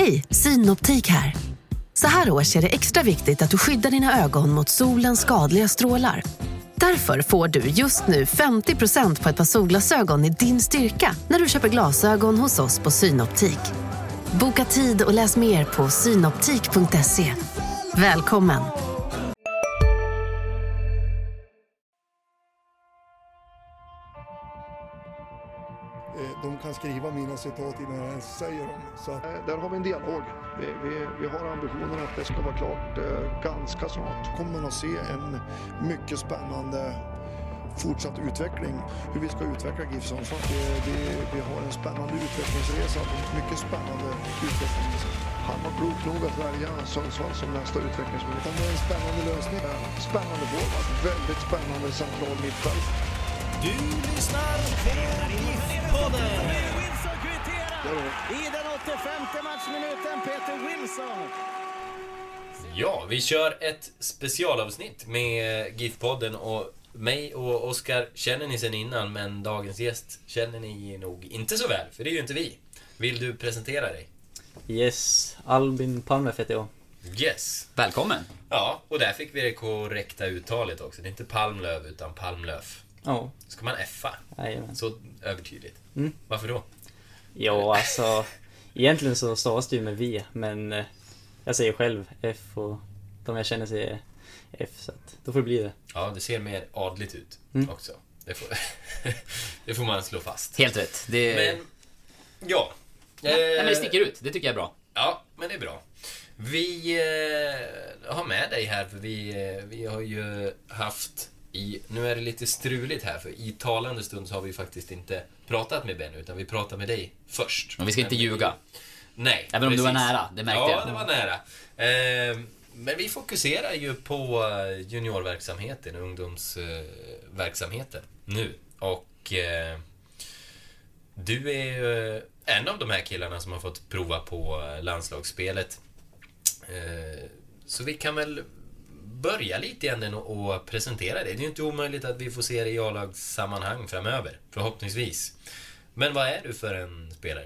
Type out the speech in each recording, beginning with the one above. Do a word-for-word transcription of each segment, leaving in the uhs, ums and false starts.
Hej, Synoptik här. Så här års är det extra viktigt att du skyddar dina ögon mot solens skadliga strålar. Därför får du just nu femtio procent på ett par solglasögon i din styrka när du köper glasögon hos oss på Synoptik. Boka tid och läs mer på synoptik punkt se. Välkommen! De kan skriva mina citat innan jag ens säger dem. Så där har vi en dialog. Vi, vi, vi har ambitionen att det ska vara klart eh, ganska snart. Kommer man att se en mycket spännande fortsatt utveckling. Hur vi ska utveckla GIF Sundsvall. Vi, vi, vi har en spännande utvecklingsresa. Mycket spännande utvecklingsresa. Han var klok nog att välja Sundsvall som nästa utvecklingsmöjlighet. Det är en spännande lösning. Spännande forward. Väldigt spännande central mittfält. Du lyssnar på GIF-podden. I den åttiofemte matchminuten, Peter Wilson. Ja, vi kör ett specialavsnitt med GIF-podden och mig och Oskar känner ni sen innan, men dagens gäst känner ni nog inte så väl, för det är ju inte vi. Vill du presentera dig? Yes, Albin Palmlöf heter jag. Yes. Välkommen. Ja, och där fick vi det korrekta uttalet också. Det är inte Palmlöv utan Palmlöf. Ja. Ska man effa? Jajamän. Så övertydligt. Mm. Varför då? Ja, alltså egentligen så stavas det ju med V, men eh, jag säger själv F och de jag känner säger F, så att då får det bli det. Ja, det ser mer adligt ut Mm. också. Det får, det får man slå fast. Helt rätt. Det... Men, ja. Ja, nej, men det sticker ut. Det tycker jag är bra. Ja, men det är bra. Vi eh, har med dig här, för vi, eh, vi har ju haft i, nu är det lite struligt här, för i talande stund så har vi faktiskt inte pratat med Ben, utan vi pratar med dig först. Men vi ska inte men ljuga. Vi, nej, även om precis. du var nära, det märkte ja, jag. Ja, det var nära. Eh, men vi fokuserar ju på juniorverksamheten, ungdomsverksamheten nu. Och eh, du är ju en av de här killarna som har fått prova på landslagsspelet. Eh, så vi kan väl börja lite igen och presentera det. Det är ju inte omöjligt att vi får se det i A-lagssammanhang framöver, förhoppningsvis. Men vad är du för en spelare?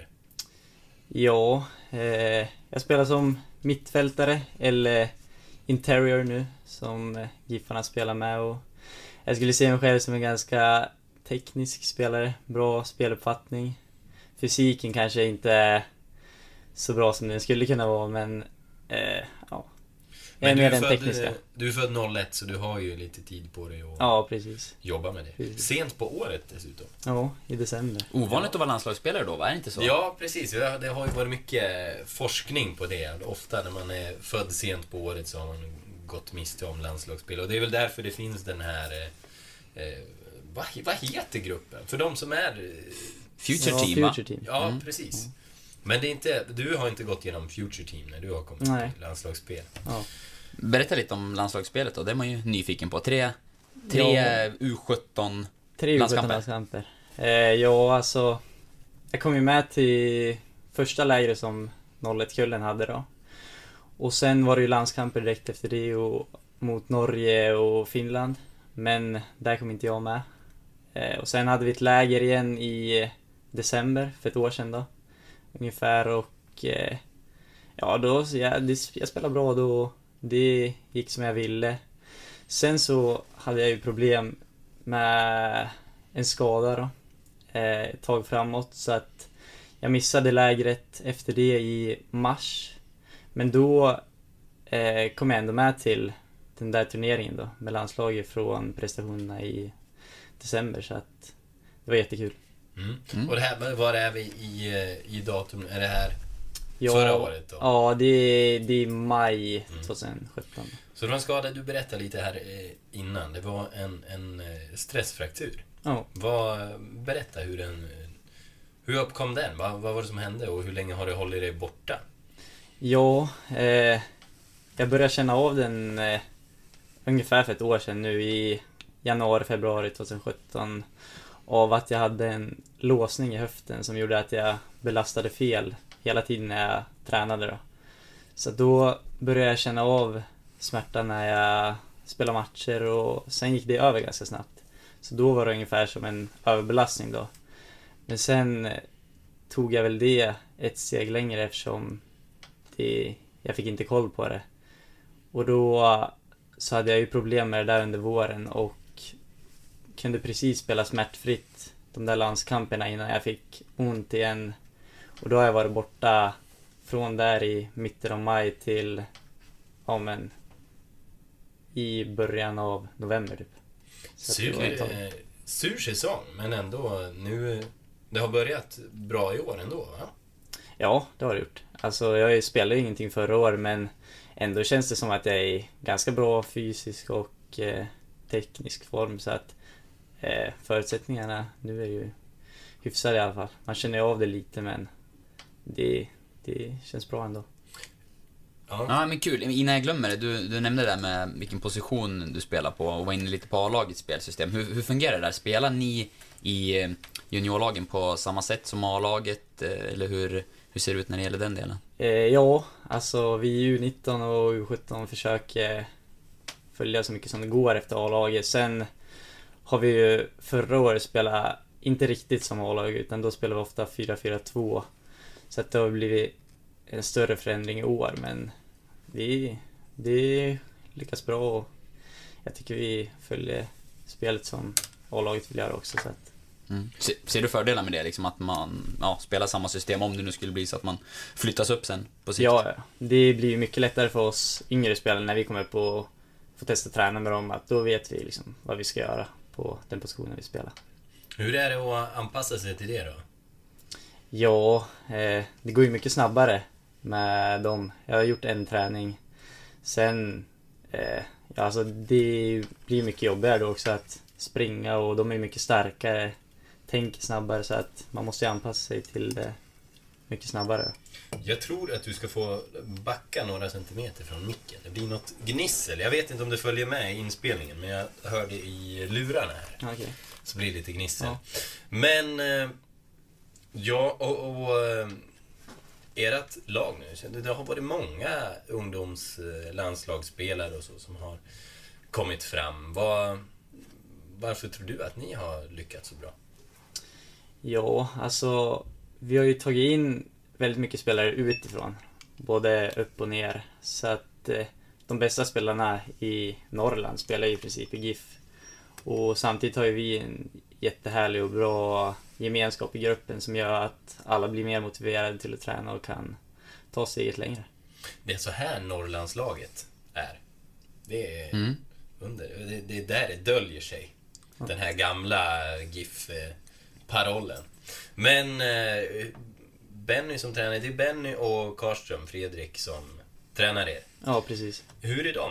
Ja, eh, jag spelar som mittfältare eller interior nu, som eh, Giffarna spelar med, och jag skulle se mig själv som en ganska teknisk spelare, bra speluppfattning. Fysiken kanske inte är så bra som den skulle kunna vara, men eh, ja. Jag är Men mer du är, den född, tekniska. du är född noll ett, så du har ju lite tid på dig att Ja, precis. jobba med det. Precis. Sent på året dessutom. Ja, i december. Ovanligt att vara landslagsspelare då, var det inte så? Ja, precis. Det har ju varit mycket forskning på det. Ofta när man är född sent på året så har man gått miste om landslagsspel. Och det är väl därför det finns den här... Eh, vad, vad heter gruppen? För de som är... Eh, Future ja, Team, va? Future Team. Ja, Mm. precis. Mm. Men det är inte, du har inte gått igenom Future Team när du har kommit Nej. till landslagsspel. Ja. Berätta lite om landslagsspelet då, det är man ju nyfiken på. Tre, tre Ja. U sjutton Tre U sjutton landskamper. Eh, ja, alltså jag kom ju med till första lägret som noll ett-kullen hade då. Och sen var det ju landskamper direkt efter det, och mot Norge och Finland. Men där kom inte jag med. Eh, och sen hade vi ett läger igen i december för ett år sedan då. Ungefär, och eh, ja, då, jag, det, jag spelade bra då. Det gick som jag ville. Sen så hade jag ju problem med en skada då, eh, ett tag framåt, så att jag missade lägret efter det i mars. Men då eh, kom jag ändå med till den där turneringen då med landslaget från prestationerna i december, så att det var jättekul. Mm. Mm. Och det här, var är vi i, i datum? Är det här ja, förra året då? Ja, det är, det är maj Mm. tjugosjutton. Så det var en skada, du berättade lite här eh, innan. Det var en, en eh, stressfraktur. Ja. Vad, berätta hur den... Hur uppkom den? Vad, vad var det som hände och hur länge har det hållit dig borta? Ja, eh, jag började känna av den eh, ungefär för ett år sedan nu i januari, februari tjugosjutton, av att jag hade en låsning i höften som gjorde att jag belastade fel hela tiden när jag tränade då. Så då började jag känna av smärta när jag spelade matcher, och sen gick det över ganska snabbt. Så då var det ungefär som en överbelastning då. Men sen tog jag väl det ett steg längre, eftersom det, jag fick inte koll på det. Och då så hade jag ju problem med det där under våren och kunde precis spela smärtfritt de där landskamperna innan jag fick ont igen. Och då har jag varit borta från där i mitten av maj till ja, men, i början av november typ. Sur, eh, sur säsong, men ändå nu, det har börjat bra i år ändå, va? Ja, det har det gjort. Alltså jag spelade ju ingenting förra år, men ändå känns det som att jag är i ganska bra fysisk och eh, teknisk form, så att eh, förutsättningarna nu är ju hyfsade i alla fall. Man känner av det lite, men det, det känns bra ändå. Ja. ja, men kul. Innan jag glömmer det, du, du nämnde det där med vilken position du spelar på och var inne lite på A-lagets spelsystem. Hur, hur fungerar det där? Spelar ni i juniorlagen på samma sätt som A-laget, eller hur, hur ser det ut när det gäller den delen? Eh, ja, alltså vi U nitton och U sjutton försöker följa så mycket som det går efter A-laget. Sen har vi ju förra året spelat inte riktigt som A-lag, utan då spelar vi ofta fyra fyra två. Så att det har blivit en större förändring i år, men vi, vi lyckas bra och jag tycker vi följer spelet som A-laget vill göra också. Så att... mm. ser, ser du fördelar med det, liksom att man ja, spelar samma system om det nu skulle bli så att man flyttas upp sen på sikt? Ja, det blir mycket lättare för oss yngre spelare när vi kommer på få testa träna med dem, att då vet vi liksom vad vi ska göra på den positionen vi spelar. Hur är det att anpassa sig till det då? Ja, eh, det går ju mycket snabbare med dem. Jag har gjort en träning. Sen, eh, ja, alltså det blir mycket jobbigare då också att springa, och de är mycket starkare, tänker snabbare, så att man måste anpassa sig till det mycket snabbare. Jag tror att du ska få backa några centimeter från micken. Det blir något gnissel. Jag vet inte om det följer med i inspelningen, men jag hörde i lurarna här. Okay. Så blir det lite gnissel. Ja. Men eh, ja, och, och eh, ert lag nu, det har varit många ungdomslandslagsspelare och så som har kommit fram. Var, varför tror du att ni har lyckats så bra? Ja, alltså vi har ju tagit in väldigt mycket spelare utifrån, både upp och ner, så att eh, de bästa spelarna i Norrland spelar i princip i GIF, och samtidigt har ju vi en jättehärlig och bra gemenskap i gruppen som gör att alla blir mer motiverade till att träna och kan ta steget längre. Det är så här Norrlandslaget är. Det är mm. under, det, det är där det döljer sig. Ja. Den här gamla GIF-parollen. Men eh, Benny som tränar, det är Benny och Karlström, Fredrik, som tränar er. Ja, precis. Hur är de?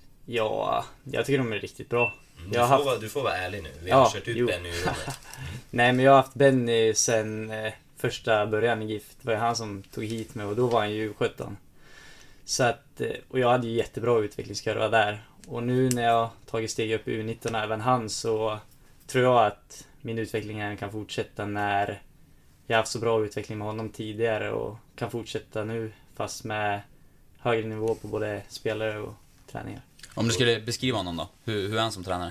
Ja, jag tycker de är riktigt bra. Mm, du, jag får haft... vara, du får vara ärlig nu. Vi ja, har kört ut jo. Benny ur rummet. Mm. Nej, men jag har haft Benny sen eh, första början i GIF. Det var ju han som tog hit mig, och då var han ju U sjutton. Så att, eh, och jag hade ju jättebra utvecklingskurva där. Och nu när jag tagit steg upp i U nitton även han, så tror jag att min utveckling även kan fortsätta när jag har haft så bra utveckling med honom tidigare, och kan fortsätta nu fast med högre nivå på både spelare och träningar. Om du skulle beskriva honom då, hur, hur är han som tränare?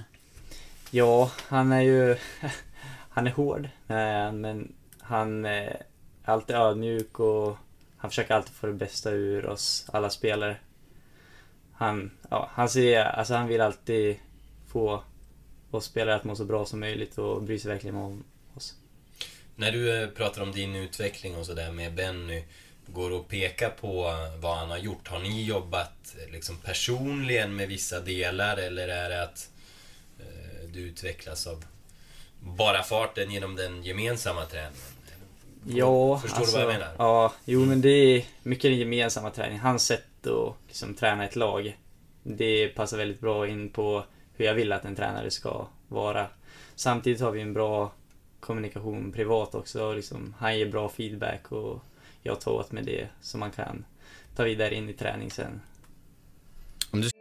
Ja, han är ju han är hård, men han är alltid ödmjuk, och han försöker alltid få det bästa ur oss alla spelare. Han, ja, han, ser, alltså han vill alltid få oss spelare att må så bra som möjligt och bry sig verkligen om oss. När du pratar om din utveckling och så där med Benny, går det att peka på vad han har gjort? Har ni jobbat liksom personligen med vissa delar, eller är det att eh, du utvecklas av bara farten genom den gemensamma träningen? Ja, förstår alltså, du vad jag menar? Ja, jo, men det är mycket den gemensamma träningen. Hans sätt att liksom träna ett lag, det passar väldigt bra in på hur jag vill att en tränare ska vara. Samtidigt har vi en bra kommunikation privat också. Liksom, han ger bra feedback, och jag tar åt med det som man kan ta vidare in i träning sen. Om du...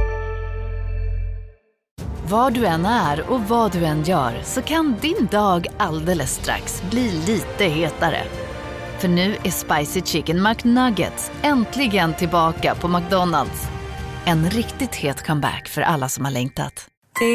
Var du än är och vad du än gör, så kan din dag alldeles strax bli lite hetare. För nu är Spicy Chicken McNuggets äntligen tillbaka på McDonald's. En riktigt het comeback för alla som har längtat.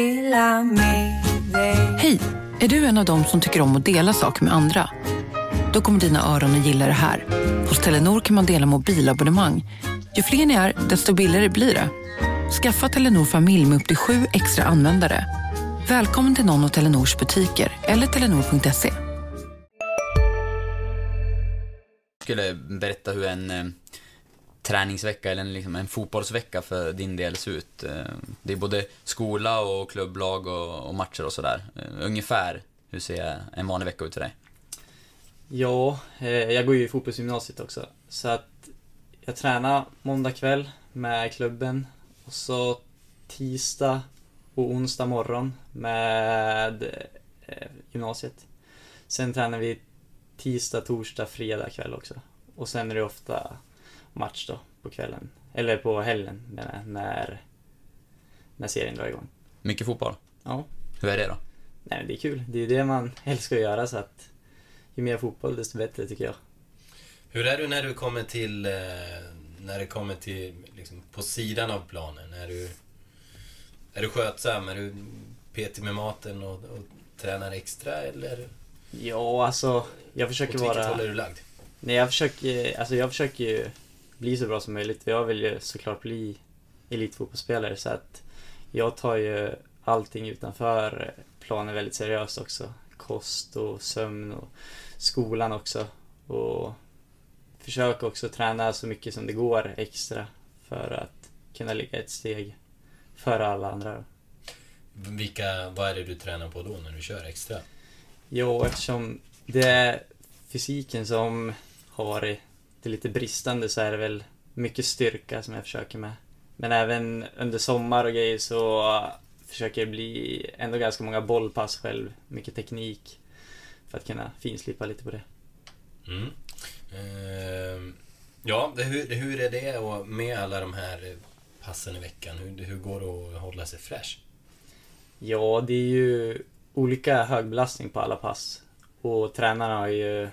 Hej, är du en av dem som tycker om att dela saker med andra? då kommer dina öron att gilla det här. Hos Telenor kan man dela mobilabonnemang. Ju fler ni är, desto billigare blir det. Skaffa Telenor familj med upp till sju extra användare. Välkommen till någon av Telenors butiker eller telenor punkt se. Jag skulle berätta hur en eh, träningsvecka eller en, liksom, en fotbollsvecka för din del ser ut. Eh, det är både skola och klubblag och, och matcher och sådär. Eh, ungefär, hur ser en vanlig vecka ut för dig? Ja, eh, jag går ju i fotbollsgymnasiet också. Så att jag tränar måndag kväll med klubben. Och så tisdag och onsdag morgon med eh, gymnasiet. Sen tränar vi tisdag, torsdag, fredag kväll också. Och sen är det ofta match då på kvällen. Eller på helgen menar jag, när, när serien drar igång. Mycket fotboll? Ja. Hur är det då? Nej, men det är kul. Det är det man älskar att göra, så att ju mer fotboll desto bättre tycker jag. Hur är du när du kommer till eh, när det kommer till liksom, på sidan av planen? Är du, är du skötsam? Är du petig med maten och, och tränar extra eller? Ja, alltså jag försöker vara... Åt vilket håll är du lagd? Nej, jag försöker, alltså jag försöker ju bli så bra som möjligt. Jag vill ju såklart bli elitfotbollsspelare, så att jag tar ju allting utanför planen väldigt seriöst också. Kost och sömn och skolan också. Och försöker också träna så mycket som det går extra för att kunna ligga ett steg före alla andra. Vilka, vad är det du tränar på då när du kör extra? Jo, eftersom det är fysiken som har varit det lite bristande, så är det väl mycket styrka som jag försöker med. Men även under sommar och grejer så försöker det bli ändå ganska många bollpass själv. Mycket teknik för att kunna finslipa lite på det. Mm. Uh, ja, det, hur, hur är det och med alla de här passen i veckan? Hur, hur går det att hålla sig fräsch? Ja, det är ju olika högbelastning på alla pass. Och tränarna har ju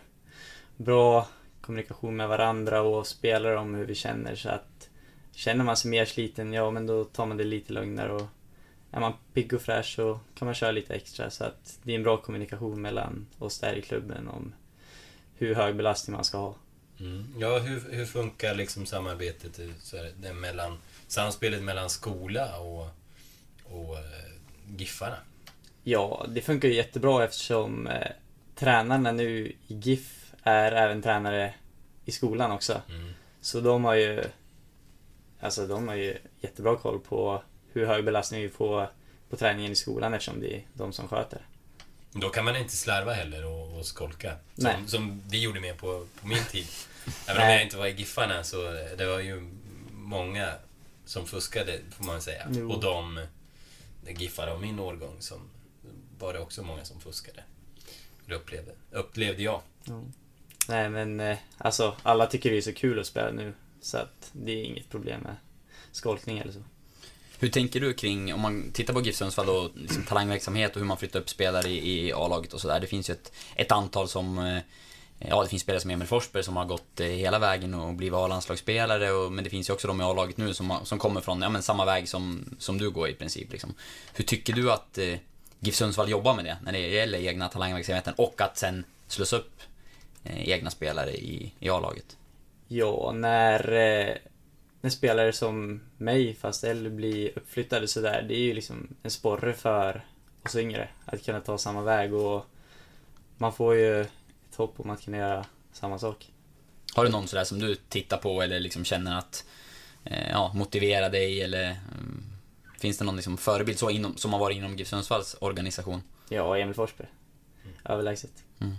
bra kommunikation med varandra och spelar om hur vi känner. Så att känner man sig mer sliten, ja men då tar man det lite lugnare. Och är man pigg och fräsch så kan man köra lite extra. Så att det är en bra kommunikation mellan oss där i klubben om hur hög belastning man ska ha. Mm. Ja, hur, hur funkar liksom samarbetet, så här, det mellan, samspelet mellan skola och, och äh, giffarna? Ja, det funkar ju jättebra eftersom eh, tränarna nu i GIF är även tränare i skolan också. Mm. Så de har ju alltså de har ju jättebra koll på hur hög belastning vi får på träningen i skolan, eftersom det är de som sköter. Då kan man inte slarva heller och, och skolka. Som, som vi gjorde med på, på min tid. Även om jag inte var i Giffarna, så det var ju många som fuskade, får man säga. Jo. Och de, de Giffare av min årgång, som var det också många som fuskade. Det upplevde, upplevde jag. Mm. Nej, men alltså alla tycker det är så kul att spela nu, så att det är inget problem med skolkning eller så. Hur tänker du kring, om man tittar på GIF Sundsvall och liksom talangverksamhet och hur man flyttar upp spelare i, i A-laget och sådär. Det finns ju ett, ett antal som, ja det finns spelare som Emil Forsberg som har gått hela vägen och blivit A-landslagsspelare, och, men det finns ju också de i A-laget nu som, som kommer från ja, men samma väg som, som du går i princip. Liksom. Hur tycker du att eh, GIF Sundsvall jobbar med det när det gäller egna talangverksamheten och att sen slås upp eh, egna spelare i, i A-laget? Ja, när... Eh... En spelare som mig, fast eller blir uppflyttade så där, det är ju liksom en sporre för oss yngre att kunna ta samma väg, och man får ju ett hopp om att kunna göra samma sak. Har du någon sådär som du tittar på eller liksom känner att eh, ja, motivera dig, eller um, finns det någon liksom förebild så inom, som har varit inom GIF Sundsvalls organisation? Ja, Emil Forsberg. Mm. Överlägset. Mm.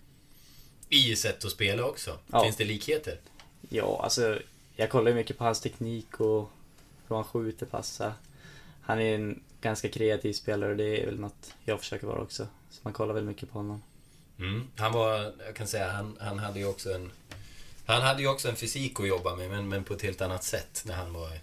I sätt att spela också? Ja. Finns det likheter? Ja, alltså jag kollar ju mycket på hans teknik och hur han skjuter, passa. Han är en ganska kreativ spelare, och det är väl något jag försöker vara också. Så man kollar väl mycket på honom. Mm. Han var, jag kan säga, han, han hade ju också en han hade ju också en fysik att jobba med, men, men på ett helt annat sätt när han var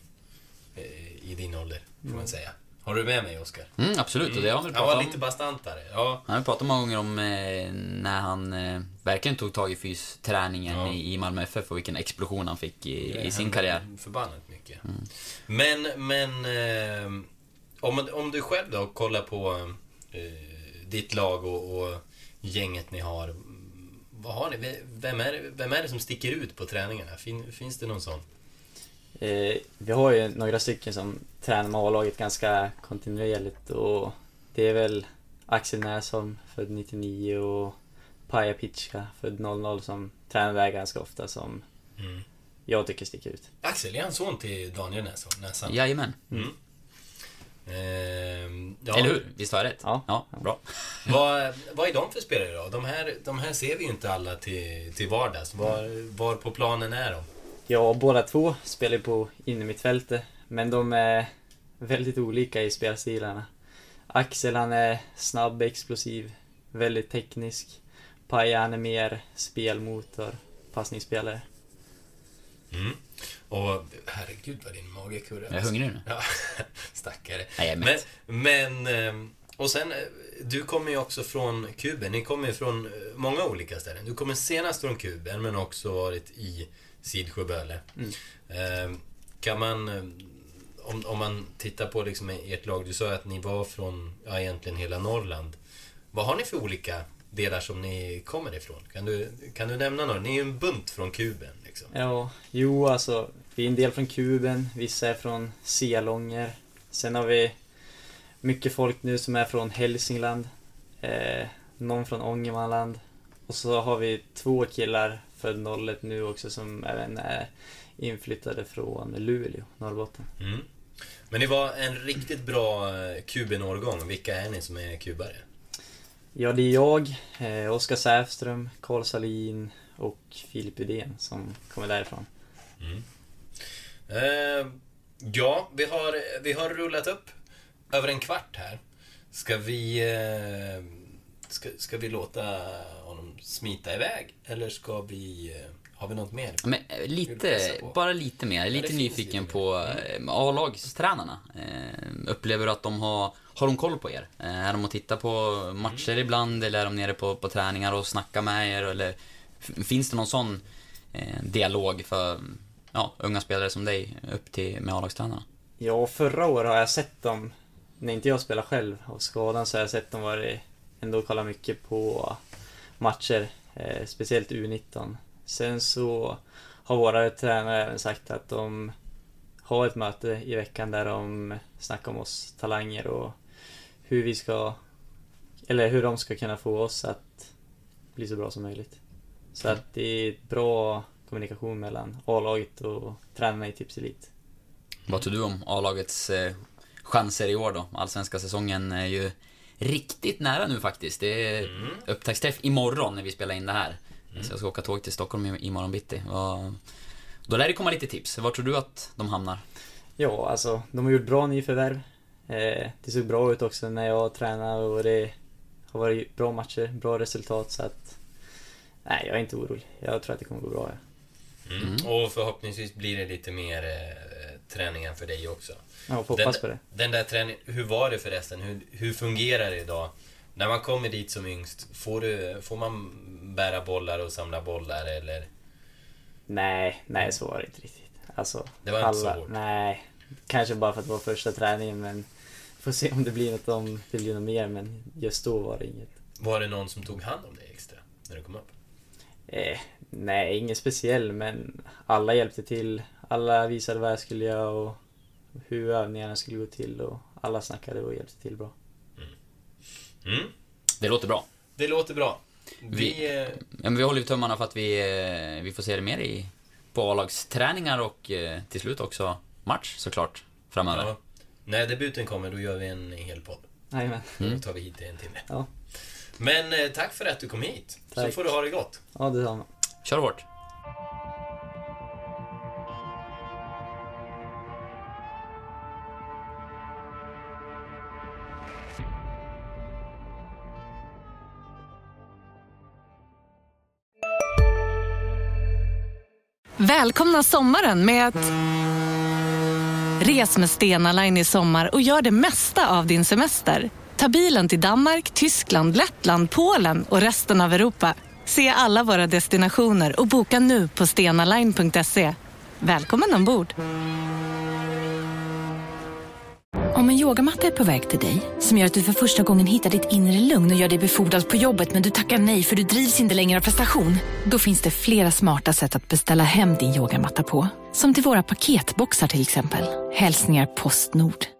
eh, i din ålder, får mm. man säga. Har du med mig, Oskar? Mm, absolut. Mm. Och det har han, han var om... lite bastantare. Ja. Han har pratat många gånger om eh, när han eh, verkligen tog tag i fysträningen ja. i, i Malmö F F, och vilken explosion han fick i, i sin karriär. Förbannat mycket. Mm. Men, men eh, om, om du själv då kollar på eh, ditt lag och, och gänget ni har, vad har ni? Vem är, vem är det som sticker ut på träningarna? Fin, finns det någon sån? Eh, vi har ju några stycken som tränar med A-laget ganska kontinuerligt och det är väl Axel Näsholm, född nittionio, och Paja Pitschka, född noll noll, som tränar där ganska ofta, som mm. jag tycker sticker ut. Axel, är han son till Daniel Näsholm? Näsholm? Jajamän. Mm. Ehm, ja. Eller hur? Visst har jag rätt? Ja, ja bra. vad, vad är de för spelare då? De här, de här ser vi ju inte alla till, till vardags. Var, var på planen är de? Ja, båda två spelar på innermittfältet, men de är väldigt olika i spelstilarna. Axel, han är snabb, explosiv, väldigt teknisk. Paja, han är mer spelmotor, passningsspelare. Mm. Och herregud vad din mage kurrar. Jag är hungrig nu. Ja, stackare. Nej, jag är men, men, och sen, du kommer ju också från Kuben. Ni kommer ju från många olika ställen. Du kommer senast från Kuben, men också varit i Sidsjöböle. Mm. Kan man, om, om man tittar på liksom ert lag, du sa att ni var från, ja, egentligen hela Norrland. Vad har ni för olika delar som ni kommer ifrån? Kan du, kan du nämna några? Ni är ju en bunt från Kuben liksom. Ja, jo alltså, vi är en del från Kuben, vissa är från Selånger. Sen har vi mycket folk nu som är från Hälsingland, eh, någon från Ångermanland. Och så har vi två killar född noll ett nu också som även är inflyttade från Luleå, Norrbotten. Mm. Men det var en riktigt bra Kuben-årgång. Vilka är ni som är kubare? Ja, det är jag, eh, Oskar Säfström, Carl Salin och Filip Udén som kommer därifrån. Mm. Eh, ja, vi har, vi har rullat upp över en kvart här. Ska vi, eh, ska, ska vi låta honom smita iväg? Eller ska vi... Eh, har vi något mer? Men lite, bara lite mer. Lite ja, nyfiken på mm. A-lagstränarna. Eh, upplever du att de har... Har de koll på er? Eh, är de att titta på matcher mm. ibland? Eller är de nere på, på träningar och snackar med er? Eller finns det någon sån eh, dialog för ja, unga spelare som dig upp till med A-lagstränarna? Ja, förra året har jag sett dem, när inte jag spelar själv av skadan, så har jag sett dem var ändå kolla mycket på matcher, eh, speciellt U nitton. Sen så har våra tränare även sagt att de har ett möte i veckan där de snackar om oss talanger och hur vi ska, eller hur de ska kunna få oss att bli så bra som möjligt. Så att det är bra kommunikation mellan A-laget och tränarna i Tips Elite. Vad tror du om A-lagets eh, chanser i år då? Allsvenska säsongen är ju riktigt nära nu faktiskt. Det är mm. upptaktsträff imorgon när vi spelar in det här. Mm. Så jag ska åka tåg till Stockholm imorgon bitti. Och då lär det komma lite tips. Var tror du att de hamnar? Ja, alltså de har gjort bra nyförvärv. Eh, det såg bra ut också när jag tränade och det har varit bra matcher, bra resultat, så att nej, jag är inte orolig. Jag tror att det kommer gå bra. Ja. Mm. Mm. Och förhoppningsvis blir det lite mer eh, träningar för dig också. Ja, hoppas på det. Den där träningen, hur var det förresten? Hur, hur fungerar det idag? När man kommer dit som yngst, får, du, får man bära bollar och samla bollar eller? Nej, nej så var det inte riktigt. Alltså, det var alla, inte så hårt? Nej, kanske bara för att det var första träningen, men får se om det blir något, om det blir något mer, men just då var det inget. Var det någon som tog hand om dig extra när du kom upp? Eh, nej, ingen speciell, men alla hjälpte till. Alla visade vad jag skulle göra och hur övningarna skulle gå till, och alla snackade och hjälpte till bra. Mm. Mm. Det låter bra. Det låter bra. Vi, vi, ja, men vi håller ju tummarna för att vi, vi får se det mer i, på A-lagsträningar och till slut också match såklart framöver. Ja. När debuten kommer, då gör vi en hel podd. Jajamän. Mm. Då tar vi hit en timme. Ja. Men eh, tack för att du kom hit. Tack. Så får du ha det gott. Ja, detsamma. Kör hårt. Välkomna sommaren med att res med Stena Line i sommar och gör det mesta av din semester. Ta bilen till Danmark, Tyskland, Lettland, Polen och resten av Europa. Se alla våra destinationer och boka nu på stenaline punkt se. Välkommen ombord! Om en yogamatta är på väg till dig, som gör att du för första gången hittar ditt inre lugn och gör dig befordrad på jobbet men du tackar nej för du drivs inte längre av prestation, då finns det flera smarta sätt att beställa hem din yogamatta på. Som till våra paketboxar till exempel. Hälsningar Postnord.